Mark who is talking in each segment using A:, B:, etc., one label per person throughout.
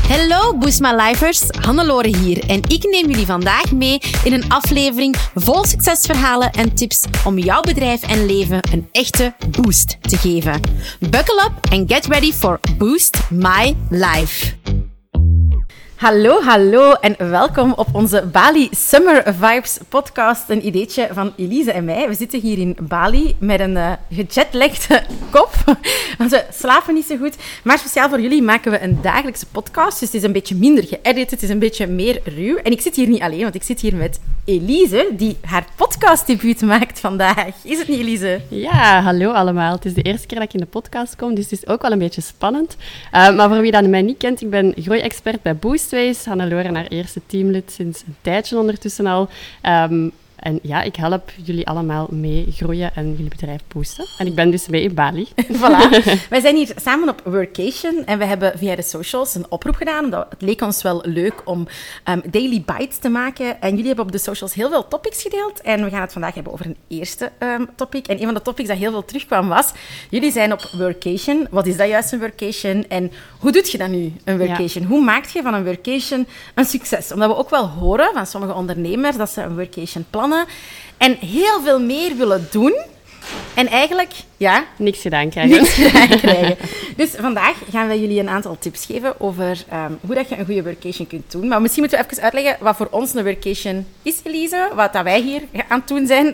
A: Hallo Boost My Lifers, Hannelore hier en ik neem jullie vandaag mee in een aflevering vol succesverhalen en tips om jouw bedrijf en leven een echte boost te geven. Buckle up and get ready for Boost My Life. Hallo en welkom op onze Bali Summer Vibes podcast. Een ideetje van Elise en mij. We zitten hier in Bali met een gejetlagde kop, want we slapen niet zo goed. Maar speciaal voor jullie maken we een dagelijkse podcast, dus het is een beetje minder geëdit, het is een beetje meer ruw. En ik zit hier niet alleen, want ik zit hier met Elise, die haar podcastdebuut maakt vandaag. Is het niet, Elise?
B: Ja, hallo allemaal. Het is de eerste keer dat ik in de podcast kom, dus het is ook wel een beetje spannend. Maar voor wie dat mij niet kent, ik ben groeiexpert bij Boostways. Hannelore, haar eerste teamlid sinds een tijdje ondertussen al. En ja, ik help jullie allemaal mee groeien en jullie bedrijf boosten. En ik ben dus mee in Bali.
A: Voilà. Wij zijn hier samen op workation en we hebben via de socials een oproep gedaan. Omdat het leek ons wel leuk om daily bites te maken. En jullie hebben op de socials heel veel topics gedeeld. En we gaan het vandaag hebben over een eerste topic. En een van de topics dat heel veel terugkwam was... Jullie zijn op workation. Wat is dat juist, een workation? En hoe doe je dat nu, een workation? Ja. Hoe maak je van een workation een succes? Omdat we ook wel horen van sommige ondernemers dat ze een workation plannen en heel veel meer willen doen en eigenlijk, ja...
B: Niks gedaan krijgen.
A: Dus vandaag gaan wij jullie een aantal tips geven over hoe dat je een goede workation kunt doen. Maar misschien moeten we even uitleggen wat voor ons een workation is, Elise. Wat dat wij hier aan het doen zijn.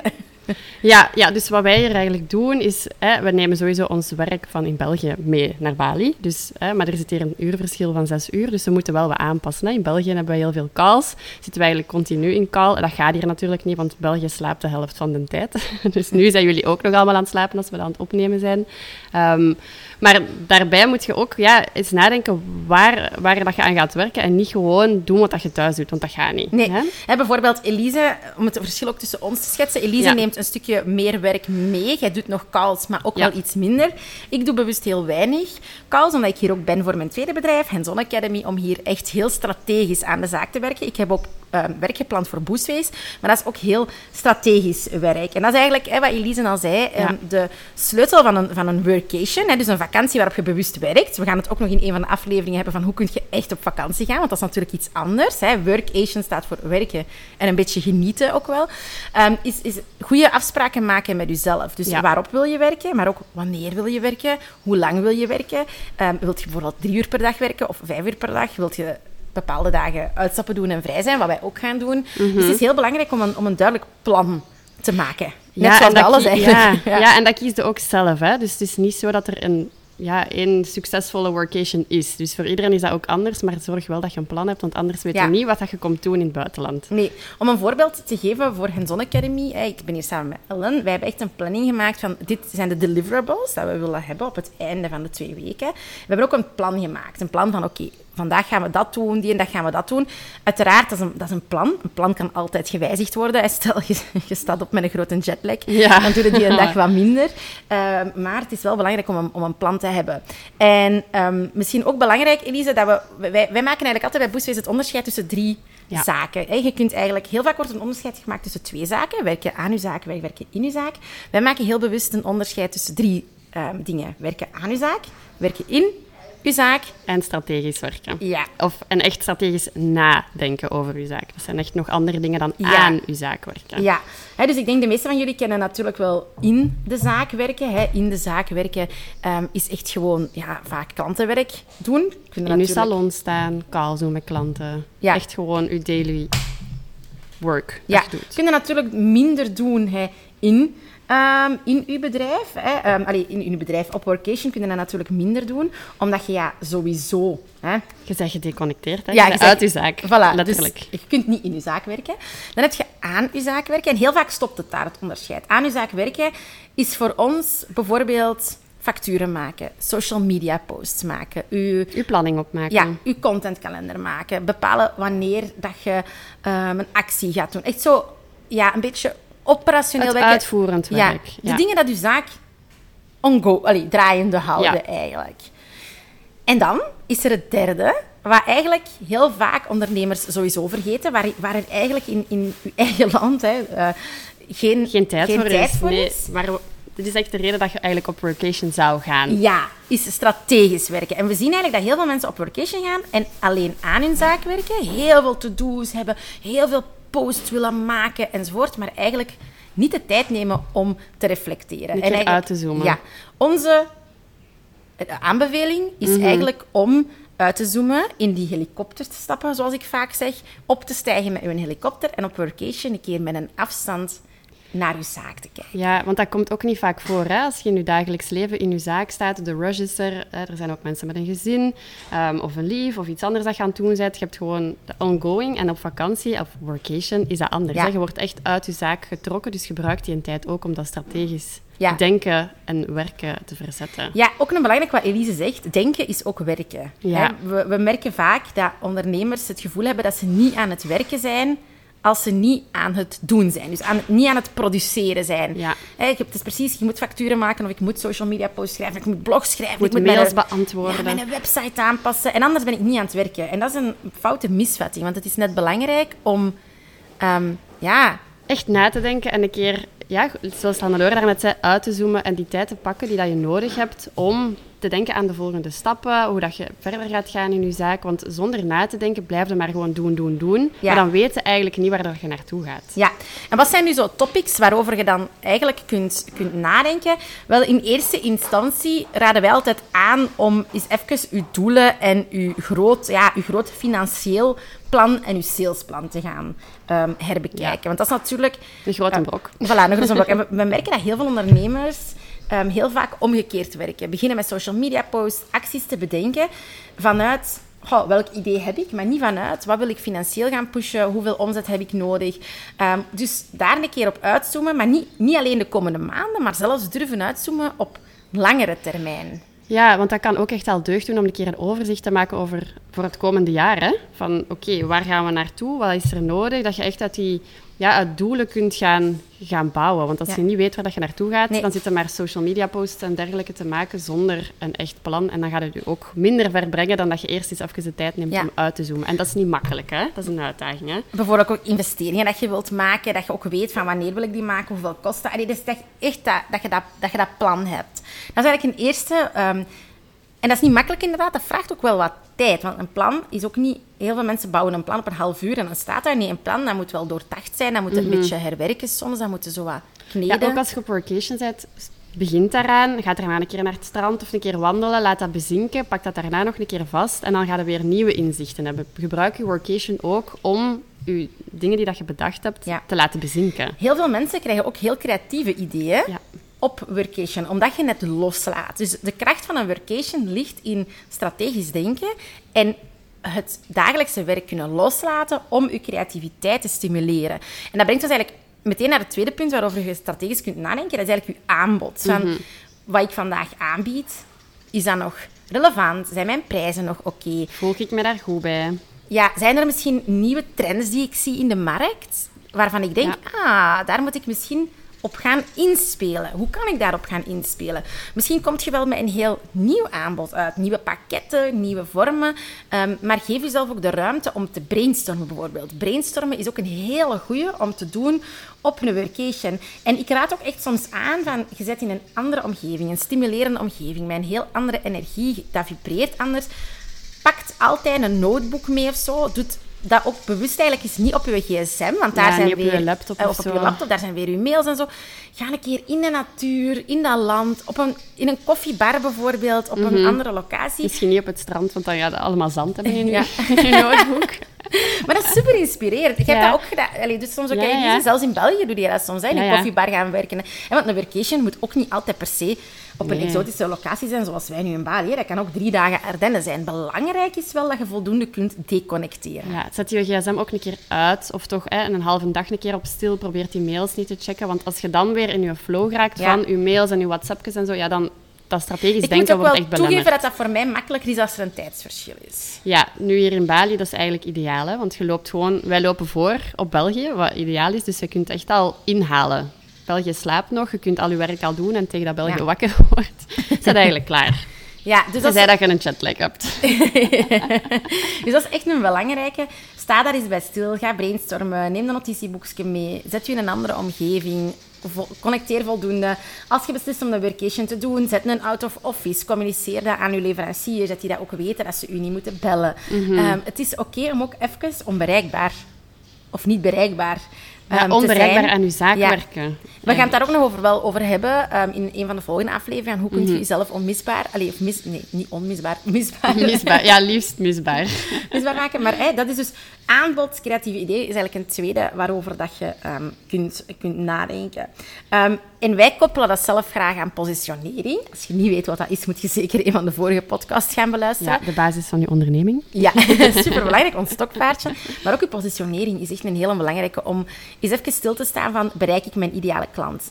B: Ja, dus wat wij hier eigenlijk doen is... we nemen sowieso ons werk van in België mee naar Bali. Dus, maar er zit hier een uurverschil van 6 uur, dus we moeten wel wat aanpassen. In België hebben we heel veel calls. Zitten we eigenlijk continu in call. Dat gaat hier natuurlijk niet, want België slaapt de helft van de tijd. Dus nu zijn jullie ook nog allemaal aan het slapen als we dat aan het opnemen zijn. Maar daarbij moet je ook eens nadenken waar dat je aan gaat werken en niet gewoon doen wat je thuis doet, want dat gaat niet.
A: Nee. Bijvoorbeeld Elise, om het verschil ook tussen ons te schetsen. Elise neemt een stukje meer werk mee. Jij doet nog calls, maar ook wel iets minder. Ik doe bewust heel weinig calls, omdat ik hier ook ben voor mijn tweede bedrijf, Hands-On Academy, om hier echt heel strategisch aan de zaak te werken. Ik heb ook werk gepland voor Boostways, maar dat is ook heel strategisch werk. En dat is eigenlijk, wat Elise al zei, de sleutel van een workation, dus een vakantie waarop je bewust werkt. We gaan het ook nog in een van de afleveringen hebben van hoe kun je echt op vakantie gaan, want dat is natuurlijk iets anders. Workation staat voor werken en een beetje genieten ook wel. Is goede afspraken maken met jezelf. Dus waarop wil je werken, maar ook wanneer wil je werken, hoe lang wil je werken. Wilt je bijvoorbeeld 3 uur per dag werken of 5 uur per dag? Wilt je bepaalde dagen uitstappen doen en vrij zijn, wat wij ook gaan doen. Mm-hmm. Dus het is heel belangrijk om een duidelijk plan te maken. Net zoals bij alles eigenlijk.
B: Ja, en dat kies je ook zelf. Hè? Dus het is niet zo dat er één succesvolle workation is. Dus voor iedereen is dat ook anders, maar zorg wel dat je een plan hebt, want anders weet je niet wat je komt doen in het buitenland.
A: Nee, om een voorbeeld te geven voor Hands-On Academy, ik ben hier samen met Ellen, wij hebben echt een planning gemaakt van, dit zijn de deliverables dat we willen hebben op het einde van de 2 weken. We hebben ook een plan gemaakt, een plan van, oké, vandaag gaan we dat doen, die en dag gaan we dat doen. Uiteraard, dat is een plan. Een plan kan altijd gewijzigd worden. Stel, je staat op met een grote jetlag, dan doe je die een dag wat minder. Maar het is wel belangrijk om een plan te hebben. En misschien ook belangrijk, Elise, dat wij maken eigenlijk altijd bij Boostways het onderscheid tussen 3 zaken. Je kunt eigenlijk, heel vaak wordt een onderscheid gemaakt tussen 2 zaken. Werken aan je zaak, werken in je zaak. Wij maken heel bewust een onderscheid tussen 3 dingen. Werken aan je zaak, werken in uw zaak.
B: En strategisch werken.
A: Ja.
B: En echt strategisch nadenken over uw zaak. Dat zijn echt nog andere dingen dan aan uw zaak werken.
A: Ja. Dus ik denk de meeste van jullie kennen natuurlijk wel in de zaak werken. In de zaak werken is echt gewoon vaak klantenwerk doen.
B: In uw salon staan, calls doen met klanten. Ja. Echt gewoon uw daily work.
A: Ja, je kunt natuurlijk minder doen in uw bedrijf. In uw bedrijf op workation kun je dat natuurlijk minder doen, omdat je sowieso...
B: Je bent gedeconnecteerd uit je zaak,
A: voilà,
B: letterlijk.
A: Dus je kunt niet in je zaak werken. Dan heb je aan je zaak werken. En heel vaak stopt het daar, het onderscheid. Aan je zaak werken is voor ons bijvoorbeeld facturen maken, social media posts maken, uw
B: planning opmaken.
A: Ja, uw contentkalender maken, bepalen wanneer dat je een actie gaat doen. Echt zo, een beetje operationeel werken.
B: Uitvoerend werk.
A: De dingen dat uw zaak draaiende houden eigenlijk. En dan is er het derde, wat eigenlijk heel vaak ondernemers sowieso vergeten, waar er eigenlijk in uw eigen land geen tijd voor is.
B: Maar Dit is echt de reden dat je eigenlijk op workation zou gaan.
A: Ja, is strategisch werken. En we zien eigenlijk dat heel veel mensen op workation gaan en alleen aan hun zaak werken. Heel veel to-do's hebben, heel veel posts willen maken enzovoort. Maar eigenlijk niet de tijd nemen om te reflecteren.
B: En uit te zoomen.
A: Ja, onze aanbeveling is eigenlijk om uit te zoomen, in die helikopter te stappen, zoals ik vaak zeg, op te stijgen met uw helikopter en op workation een keer met een afstand naar uw zaak te kijken.
B: Ja, want dat komt ook niet vaak voor. Hè? Als je in je dagelijks leven in je zaak staat, de rush is er. Er zijn ook mensen met een gezin of een lief of iets anders dat je aan het doen bent. Je hebt gewoon de ongoing en op vakantie of workation is dat anders.
A: Ja.
B: Hè? Je wordt echt uit je zaak getrokken, dus gebruik die een tijd ook om dat strategisch denken en werken te verzetten.
A: Ja, ook een belangrijk wat Elise zegt, denken is ook werken.
B: Ja.
A: We merken vaak dat ondernemers het gevoel hebben dat ze niet aan het werken zijn als ze niet aan het doen zijn. Dus niet aan het produceren zijn.
B: Ja.
A: Het is precies, je moet facturen maken of ik moet social media posts schrijven, ik moet blogs schrijven,
B: ik moet mails beantwoorden.
A: Mijn website aanpassen en anders ben ik niet aan het werken. En dat is een foute misvatting, want het is net belangrijk om
B: echt na te denken en een keer, zoals Hannelore daarnet zei, uit te zoomen en die tijd te pakken die dat je nodig hebt om te denken aan de volgende stappen, hoe dat je verder gaat gaan in je zaak. Want zonder na te denken blijf je maar gewoon doen. Ja. Maar dan weet je eigenlijk niet waar dat je naartoe gaat.
A: Ja, en wat zijn nu zo topics waarover je dan eigenlijk kunt nadenken? Wel, in eerste instantie raden wij altijd aan om eens even uw doelen en uw groot financieel plan en uw salesplan te gaan herbekijken.
B: Ja.
A: Want dat is natuurlijk...
B: Een grote brok.
A: Voilà, een grote brok. En we merken dat heel veel ondernemers heel vaak omgekeerd werken. Beginnen met social media posts, acties te bedenken vanuit... welk idee heb ik, maar niet vanuit wat wil ik financieel gaan pushen, hoeveel omzet heb ik nodig. Dus daar een keer op uitzoomen, maar niet alleen de komende maanden, maar zelfs durven uitzoomen op langere termijn.
B: Ja, want dat kan ook echt al deugd doen om een keer een overzicht te maken voor het komende jaar. Hè? Van oké, waar gaan we naartoe? Wat is er nodig? Dat je echt uit doelen kunt gaan bouwen. Want als je niet weet waar dat je naartoe gaat, dan zitten maar social media posts en dergelijke te maken zonder een echt plan. En dan gaat het je ook minder ver brengen dan dat je eerst eens even de tijd neemt om uit te zoomen. En dat is niet makkelijk, hè? Dat is een uitdaging, hè?
A: Bijvoorbeeld ook investeringen dat je wilt maken, dat je ook weet van wanneer wil ik die maken, hoeveel kost dat. Dus echt dat je dat plan hebt. Dat is eigenlijk een eerste... en dat is niet makkelijk inderdaad, dat vraagt ook wel wat tijd. Want een plan is ook niet... Heel veel mensen bouwen een plan op een half uur en dan staat daar niet een plan. Dat moet wel doordacht zijn, dat moet een beetje herwerken soms, dat moet zo wat kneden.
B: Ja, ook als je op workation bent, begint daaraan, ga daarna een keer naar het strand of een keer wandelen, laat dat bezinken, pak dat daarna nog een keer vast en dan ga je weer nieuwe inzichten hebben. Gebruik je workation ook om je dingen die dat je bedacht hebt te laten bezinken.
A: Heel veel mensen krijgen ook heel creatieve ideeën. Ja. Op workation, omdat je het loslaat. Dus de kracht van een workation ligt in strategisch denken en het dagelijkse werk kunnen loslaten om je creativiteit te stimuleren. En dat brengt ons eigenlijk meteen naar het tweede punt waarover je strategisch kunt nadenken. Dat is eigenlijk je aanbod. Van wat ik vandaag aanbied, is dat nog relevant? Zijn mijn prijzen nog oké?
B: Voel ik me daar goed bij?
A: Ja, zijn er misschien nieuwe trends die ik zie in de markt, waarvan ik denk, daar moet ik misschien op gaan inspelen. Hoe kan ik daarop gaan inspelen? Misschien kom je wel met een heel nieuw aanbod uit. Nieuwe pakketten, nieuwe vormen. Maar geef jezelf ook de ruimte om te brainstormen bijvoorbeeld. Brainstormen is ook een hele goeie om te doen op een workation. En ik raad ook echt soms aan van, je zet in een andere omgeving, een stimulerende omgeving, met een heel andere energie. Dat vibreert anders. Pakt altijd een notebook mee of zo. Doet dat ook bewust eigenlijk is niet op je gsm, want daar zijn
B: niet op je laptop
A: of op je laptop, daar zijn weer je mails en zo. Ga een keer in de natuur, in dat land, in een koffiebar bijvoorbeeld, op een andere locatie.
B: Misschien niet op het strand, want dan ga je allemaal zand hebben in je notebook.
A: Maar dat is super inspirerend. Ik heb dat ook gedaan. Dus soms ook, zelfs in België doe je dat soms, in een koffiebar gaan werken. Want een workation moet ook niet altijd per se op een exotische locatie zijn, zoals wij nu in Bali. Dat kan ook 3 dagen Ardennen zijn. Belangrijk is wel dat je voldoende kunt deconnecteren. Ja,
B: zet je gsm ook een keer uit, of toch een halve dag een keer op stil, probeer die mails niet te checken, want als je dan weer in je flow raakt van je mails en je WhatsAppjes en zo, dan dat strategisch denken wordt echt belemmerd.
A: Ik moet ook wel toegeven dat dat voor mij makkelijker is als er een tijdsverschil is.
B: Ja, nu hier in Bali, dat is eigenlijk ideaal, hè? Want wij lopen voor op België, wat ideaal is, dus je kunt echt al inhalen. België slaapt nog, je kunt al je werk al doen en tegen dat België wakker wordt, is dat eigenlijk klaar.
A: Ja, dus
B: Je zei dat je een jetlag hebt.
A: Dus dat is echt een belangrijke. Sta daar eens bij stil, ga brainstormen, neem een notitieboekje mee, zet je in een andere omgeving, connecteer voldoende. Als je beslist om een workation te doen, zet een out of office, communiceer dat aan je leverancier, dat die dat ook weten, dat ze u niet moeten bellen. Het is oké om ook even onbereikbaar of niet bereikbaar
B: onbereikbaar aan uw zaak werken.
A: We gaan het daar ook nog wel over hebben in een van de volgende afleveringen. Hoe kun je jezelf onmisbaar... niet onmisbaar, misbaar.
B: Misbaar, ja, liefst misbaar.
A: Misbaar maken. Maar dat is dus aanbod, creatieve idee, is eigenlijk een tweede waarover dat je kunt nadenken. En wij koppelen dat zelf graag aan positionering. Als je niet weet wat dat is, moet je zeker een van de vorige podcasts gaan beluisteren.
B: Ja, de basis van je onderneming.
A: Ja, superbelangrijk, ons stokpaardje. Maar ook je positionering is echt een hele belangrijke om eens even stil te staan van, bereik ik mijn ideale klant?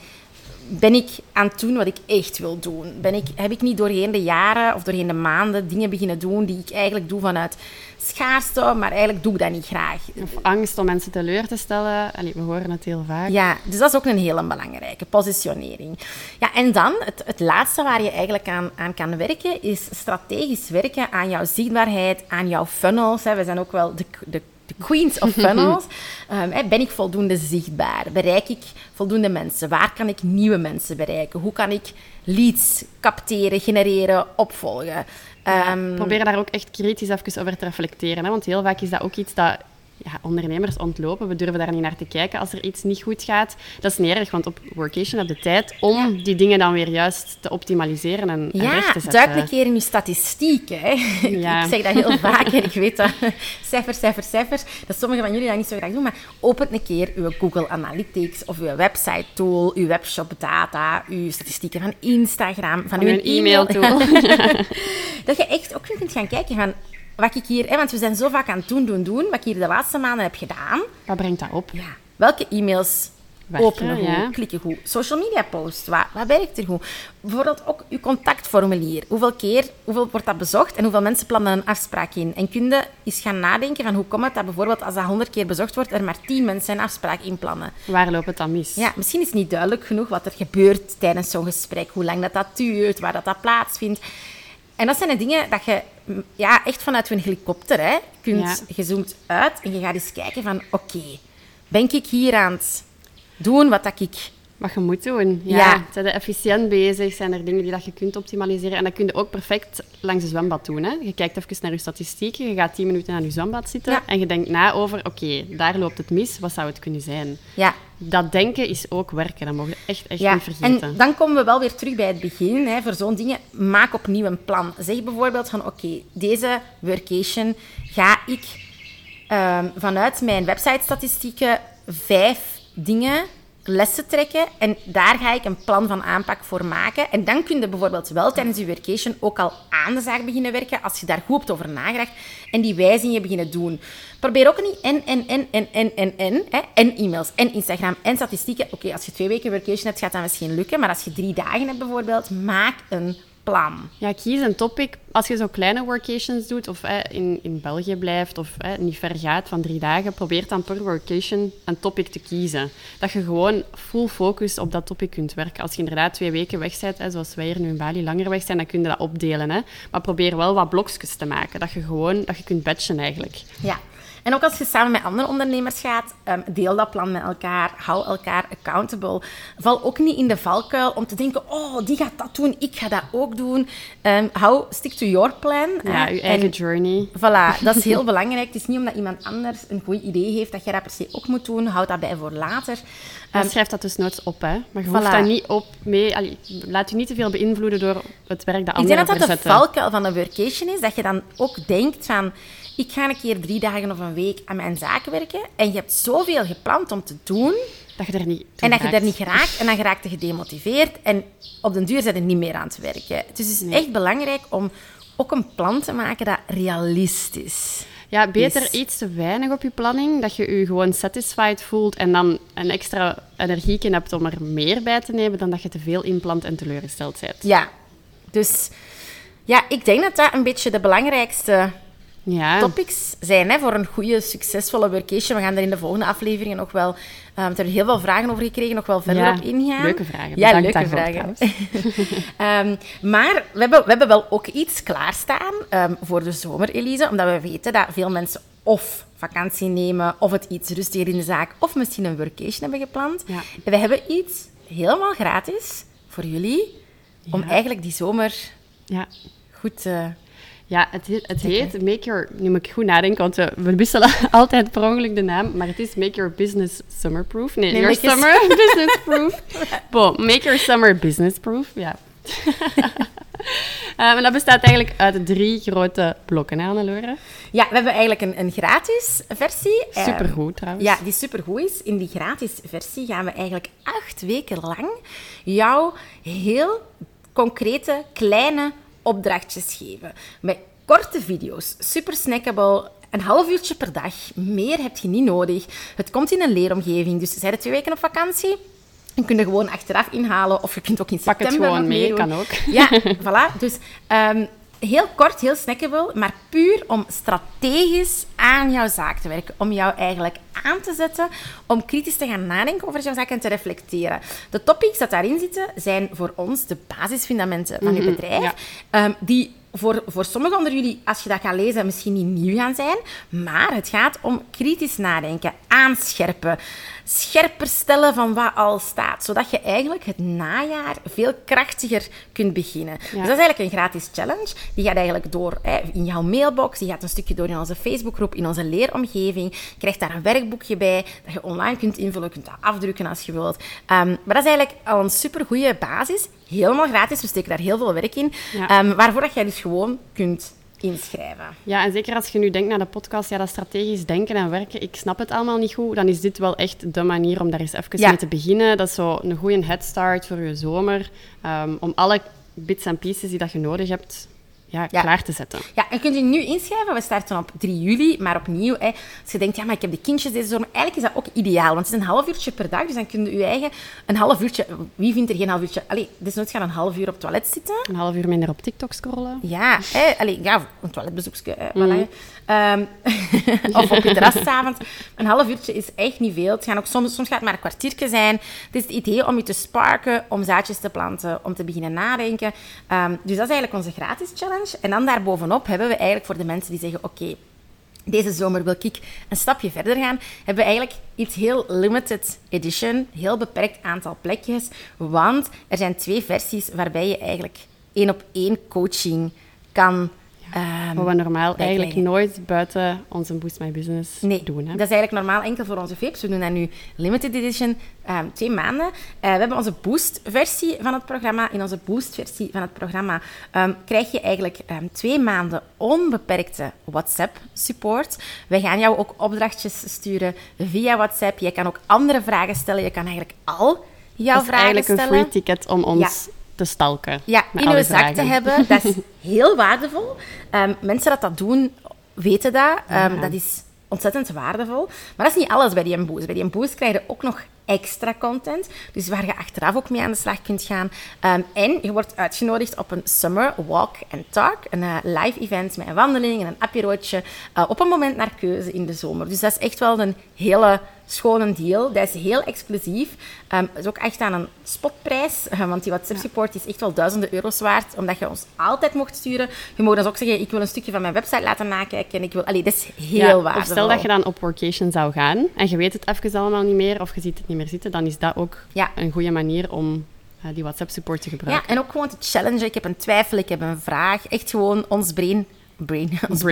A: Ben ik aan het doen wat ik echt wil doen? Heb ik niet doorheen de jaren of doorheen de maanden dingen beginnen doen die ik eigenlijk doe vanuit schaarste, maar eigenlijk doe ik dat niet graag?
B: Of angst om mensen teleur te stellen. We horen het heel vaak.
A: Ja, dus dat is ook een hele belangrijke, positionering. Ja, en dan, het laatste waar je eigenlijk aan kan werken, is strategisch werken aan jouw zichtbaarheid, aan jouw funnels. We zijn ook wel de queens of funnels. Ben ik voldoende zichtbaar? Bereik ik voldoende mensen? Waar kan ik nieuwe mensen bereiken? Hoe kan ik leads capteren, genereren, opvolgen?
B: Probeer daar ook echt kritisch even over te reflecteren. Hè? Want heel vaak is dat ook iets dat ondernemers ontlopen. We durven daar niet naar te kijken als er iets niet goed gaat. Dat is niet erg, want op workation heb je tijd om die dingen dan weer juist te optimaliseren en recht te zetten.
A: Duik een keer in je statistieken. Hè. Ik zeg dat heel vaak en ik weet dat cijfers, dat sommigen van jullie dat niet zo graag doen, maar open een keer uw Google Analytics of uw website tool, uw webshop data, uw statistieken van Instagram, van uw e-mail tool. Dat je echt ook kunt gaan kijken van, wat ik hier... want we zijn zo vaak aan het doen, wat ik hier de laatste maanden heb gedaan.
B: Wat brengt dat op?
A: Ja. Welke e-mails openen goed, klikken goed? Social media posts, wat werkt er goed? Bijvoorbeeld ook uw contactformulier. Hoeveel wordt dat bezocht en hoeveel mensen plannen een afspraak in? En kun je eens gaan nadenken van hoe komt het dat bijvoorbeeld als dat 100 keer bezocht wordt, er maar 10 mensen een afspraak inplannen?
B: Waar loopt het dan mis?
A: Ja, misschien is het niet duidelijk genoeg wat er gebeurt tijdens zo'n gesprek, hoe lang dat duurt, waar dat plaatsvindt. En dat zijn de dingen dat je echt vanuit een helikopter kunt gezoomd uit en je gaat eens kijken van oké, ben ik hier aan het doen wat
B: je moet doen. Ja. Zijn er efficiënt bezig? Zijn er dingen die dat je kunt optimaliseren? En dat kun je ook perfect langs een zwembad doen. Hè? Je kijkt even naar je statistieken, je gaat 10 minuten aan je zwembad zitten en je denkt na over, oké, daar loopt het mis, wat zou het kunnen zijn? Ja. Dat denken is ook werken, dat mogen we echt niet vergeten.
A: En dan komen we wel weer terug bij het begin. Voor zo'n dingen, maak opnieuw een plan. Zeg bijvoorbeeld van, oké, deze workation ga ik vanuit mijn website-statistieken 5 dingen lessen trekken en daar ga ik een plan van aanpak voor maken. En dan kun je bijvoorbeeld wel tijdens je workation ook al aan de zaak beginnen werken als je daar goed over nagedacht en die wijzigingen beginnen doen. Probeer ook niet en e-mails en Instagram en statistieken. Oké, als je 2 weken workation hebt, gaat dat misschien lukken, maar als je 3 dagen hebt bijvoorbeeld, maak een plan.
B: Ja, kies een topic. Als je zo kleine workations doet of in België blijft of niet ver gaat van 3 dagen, probeer dan per workation een topic te kiezen. Dat je gewoon full focus op dat topic kunt werken. Als je inderdaad 2 weken weg bent, zoals wij hier nu in Bali langer weg zijn, dan kun je dat opdelen. Hè. Maar probeer wel wat blokjes te maken, dat je kunt batchen eigenlijk.
A: Ja. En ook als je samen met andere ondernemers gaat, deel dat plan met elkaar, hou elkaar accountable. Val ook niet in de valkuil om te denken, oh, die gaat dat doen, ik ga dat ook doen. Stick to your plan.
B: Ja, je eigen journey.
A: Voilà, dat is heel belangrijk. Het is niet omdat iemand anders een goed idee heeft dat je dat per se ook moet doen. Houd dat bij voor later.
B: Schrijf dat dus nooit op, hè. Maar je hoeft dat niet op mee... laat je niet te veel beïnvloeden door het werk dat anderen verzetten.
A: Ik denk dat de valkuil van een workation is, dat je dan ook denkt van... Ik ga een keer 3 dagen of een week aan mijn zaak werken en je hebt zoveel gepland om te doen...
B: Dat je er niet
A: geraakt en dan geraakt je gedemotiveerd en op den duur zijn er niet meer aan het werken. Dus het is echt belangrijk om ook een plan te maken dat realistisch
B: Ja, beter iets te weinig op je planning, dat je je gewoon satisfied voelt en dan een extra energieke hebt om er meer bij te nemen dan dat je te veel inplant en teleurgesteld bent.
A: Ja, dus ja, ik denk dat dat een beetje de belangrijkste topics zijn voor een goede, succesvolle workation. We gaan er in de volgende afleveringen nog wel... we hebben er heel veel vragen over gekregen, nog wel verder op ingaan.
B: Leuke vragen.
A: Ja, leuke vragen. Maar we hebben wel ook iets klaarstaan voor de zomer, Elise. Omdat we weten dat veel mensen of vakantie nemen, of het iets rustiger in de zaak, of misschien een workation hebben gepland. Ja. En we hebben iets helemaal gratis voor jullie, om eigenlijk die zomer goed...
B: Ja, het heet Make Your... Nu moet ik goed nadenken, want we wisselen altijd per ongeluk de naam. Maar het is Make Your Business Summer-proof. Nee, Your Summer Business-proof. Make Your Summer Business-proof, ja. En dat bestaat eigenlijk uit 3 grote blokken, hè, Annelore?
A: Ja, we hebben eigenlijk een gratis versie.
B: Supergoed, trouwens.
A: Ja, die supergoed is. In die gratis versie gaan we eigenlijk 8 weken lang jou heel concrete, kleine opdrachtjes geven. Met korte video's, super snackable, een half uurtje per dag. Meer heb je niet nodig. Het komt in een leeromgeving, dus zijn er 2 weken op vakantie. Dan kun je gewoon achteraf inhalen, of je kunt ook in september
B: pak het gewoon
A: nog
B: mee,
A: meedoen.
B: Kan ook.
A: Ja, voilà. Dus heel kort, heel snackable, maar puur om strategisch aan jouw zaak te werken. Om jou eigenlijk aan te zetten, om kritisch te gaan nadenken over jouw zaak en te reflecteren. De topics dat daarin zitten, zijn voor ons de basisfundamenten van je bedrijf. Ja. Die voor sommigen onder jullie, als je dat gaat lezen, misschien niet nieuw gaan zijn. Maar het gaat om kritisch nadenken, aanscherpen, scherper stellen van wat al staat. Zodat je eigenlijk het najaar veel krachtiger kunt beginnen. Ja. Dus dat is eigenlijk een gratis challenge. Die gaat eigenlijk door in jouw mailbox. Die gaat een stukje door in onze Facebookgroep, in onze leeromgeving. Je krijgt daar een werkboekje bij, dat je online kunt invullen. Je kunt dat afdrukken als je wilt. Maar dat is eigenlijk al een supergoeie basis. Helemaal gratis. We steken daar heel veel werk in. Ja. Waarvoor dat jij dus gewoon kunt inschrijven.
B: Ja, en zeker als je nu denkt naar de podcast, dat strategisch denken en werken, ik snap het allemaal niet goed, dan is dit wel echt de manier om daar eens even mee te beginnen. Dat is zo een goede headstart voor je zomer, om alle bits en pieces die dat je nodig hebt klaar te zetten.
A: Ja, en kunt je nu inschrijven. We starten op 3 juli, maar opnieuw, als je denkt, maar ik heb de kindjes deze zomer, eigenlijk is dat ook ideaal, want het is een half uurtje per dag, dus dan kun je je eigen een half uurtje... Wie vindt er geen half uurtje? Desnoods gaan een half uur op het toilet zitten.
B: Een half uur minder op TikTok scrollen.
A: Ja, een toiletbezoekje. Of op je terrasavond. Een half uurtje is echt niet veel. Het gaan ook soms gaat het maar een kwartiertje zijn. Het is het idee om je te sparken, om zaadjes te planten, om te beginnen nadenken. Dus dat is eigenlijk onze gratis challenge. En dan daarbovenop hebben we eigenlijk voor de mensen die zeggen, oké, deze zomer wil ik een stapje verder gaan, hebben we eigenlijk iets heel limited edition, heel beperkt aantal plekjes, want er zijn 2 versies waarbij je eigenlijk 1-op-1 coaching kan
B: wat we normaal eigenlijk nooit buiten onze Boost My Business doen. Hè?
A: Dat is eigenlijk normaal enkel voor onze VIP's. We doen dat nu limited edition, 2 maanden. We hebben onze Boost-versie van het programma. In onze Boost-versie van het programma krijg je eigenlijk 2 maanden onbeperkte WhatsApp-support. Wij gaan jou ook opdrachtjes sturen via WhatsApp. Je kan ook andere vragen stellen. Je kan eigenlijk al jouw vragen stellen. Dat is eigenlijk
B: een free ticket om ons... te stalken.
A: Ja, in uw zak te hebben, dat is heel waardevol. Mensen dat doen, weten dat. Dat is ontzettend waardevol. Maar dat is niet alles bij die Boost. Bij die Boost krijg je ook nog extra content, dus waar je achteraf ook mee aan de slag kunt gaan. En je wordt uitgenodigd op een Summer Walk and Talk, een live event met een wandeling en een aperootje, op een moment naar keuze in de zomer. Dus dat is echt wel een hele schone deal. Dat is heel exclusief. Dat is ook echt aan een spotprijs, want die WhatsApp-support is echt wel duizenden euro's waard, omdat je ons altijd mocht sturen. Je mag dan ook zeggen, ik wil een stukje van mijn website laten nakijken. Dat is heel waardevol.
B: Of stel dat je dan op workation zou gaan en je weet het even allemaal niet meer, of je ziet het niet meer zitten, dan is dat ook een goede manier om die WhatsApp-support te gebruiken.
A: Ja, en ook gewoon te challengen. Ik heb een twijfel, ik heb een vraag. Echt gewoon ons brein ons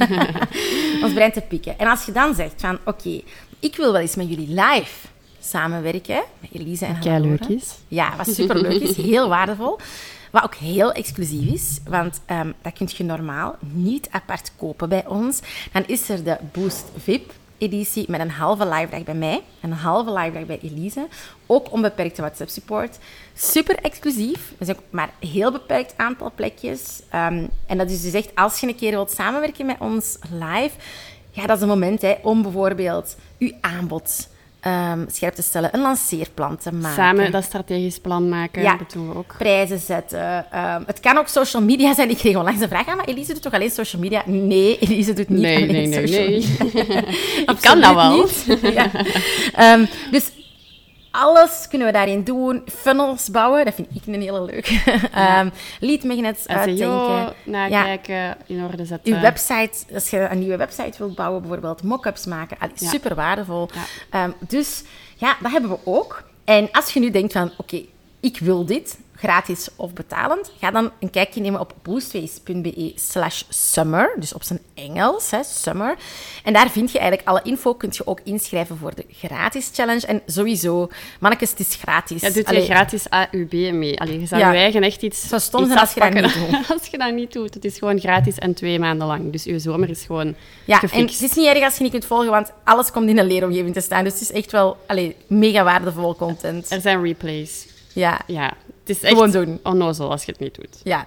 A: brein te pikken. En als je dan zegt van, oké, ik wil wel eens met jullie live samenwerken, met Elise en Hannelore.
B: Leuk is.
A: Ja, wat superleuk is, heel waardevol. Wat ook heel exclusief is, want dat kun je normaal niet apart kopen bij ons. Dan is er de Boost VIP-editie met een halve live dag bij mij en een halve live dag bij Elise. Ook onbeperkte WhatsApp-support. Super exclusief. Er zijn ook maar een heel beperkt aantal plekjes. En dat is dus echt, als je een keer wilt samenwerken met ons live, dat is een moment om bijvoorbeeld uw aanbod scherp te stellen, een lanceerplan te maken.
B: Samen dat strategisch plan maken, dat doen we ook.
A: Prijzen zetten. Het kan ook social media zijn. Ik kreeg onlangs een vraag aan, maar Elise doet toch alleen social media? Nee, Elise doet niet alleen social media.
B: Ik kan dat wel.
A: Ja. Dus alles kunnen we daarin doen. Funnels bouwen, dat vind ik een hele leuke. Lead magnets uitdenken.
B: Nakijken, in orde zetten.
A: Uw website, als je een nieuwe website wilt bouwen, bijvoorbeeld mock-ups maken. Super waardevol. Ja. Dus ja, dat hebben we ook. En als je nu denkt van, oké, ik wil dit, gratis of betalend, ga dan een kijkje nemen op boostways.be/summer, dus op zijn Engels, summer. En daar vind je eigenlijk alle info, kun je ook inschrijven voor de gratis challenge. En sowieso, mannetjes, het is gratis.
B: Ja, doet je gratis AUB mee. Allee, je zou je eigen echt iets
A: zo stom zijn als je dat niet doet.
B: Als je dat niet doet, het is gewoon gratis en 2 maanden lang. Dus je zomer is gewoon
A: gefixt. En het is niet erg als je niet kunt volgen, want alles komt in een leeromgeving te staan. Dus het is echt wel mega waardevol content.
B: Er zijn replays.
A: Ja.
B: Het is echt
A: gewoon doen.
B: onnozel als je het niet doet.
A: Ja.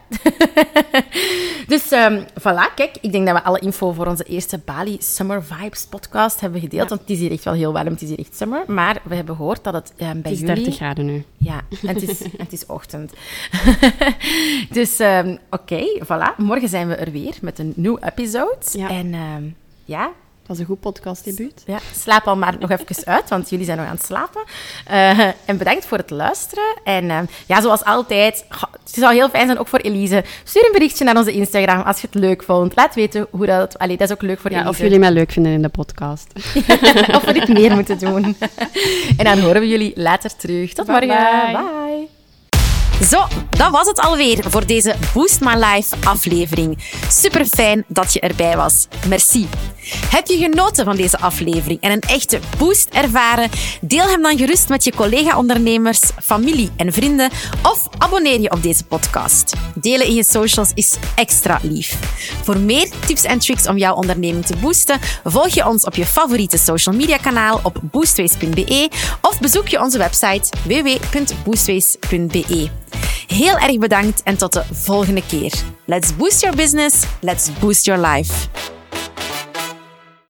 A: Dus voilà, kijk. Ik denk dat we alle info voor onze eerste Bali Summer Vibes podcast hebben gedeeld. Want het is hier echt wel heel warm. Het is hier echt summer. Maar we hebben gehoord dat het bij jullie...
B: Het is 30 graden nu.
A: Ja, en het is ochtend. Dus oké, voilà. Morgen zijn we er weer met een nieuw episode. Ja. En
B: dat is een goed podcastdebuut.
A: Ja, slaap al maar nog even uit, want jullie zijn nog aan het slapen. En bedankt voor het luisteren. En zoals altijd, het zou heel fijn zijn, ook voor Elise. Stuur een berichtje naar onze Instagram als je het leuk vond. Laat weten hoe dat... dat is ook leuk voor Elise.
B: Of jullie mij leuk vinden in de podcast.
A: Of we dit meer moeten doen. En dan horen we jullie later terug. Tot morgen. Bye. Zo, dat was het alweer voor deze Boost My Life aflevering. Super fijn dat je erbij was. Merci. Heb je genoten van deze aflevering en een echte boost ervaren? Deel hem dan gerust met je collega-ondernemers, familie en vrienden of abonneer je op deze podcast. Delen in je socials is extra lief. Voor meer tips en tricks om jouw onderneming te boosten, volg je ons op je favoriete social media kanaal op boostways.be of bezoek je onze website www.boostways.be. Heel erg bedankt en tot de volgende keer. Let's boost your business, let's boost your life.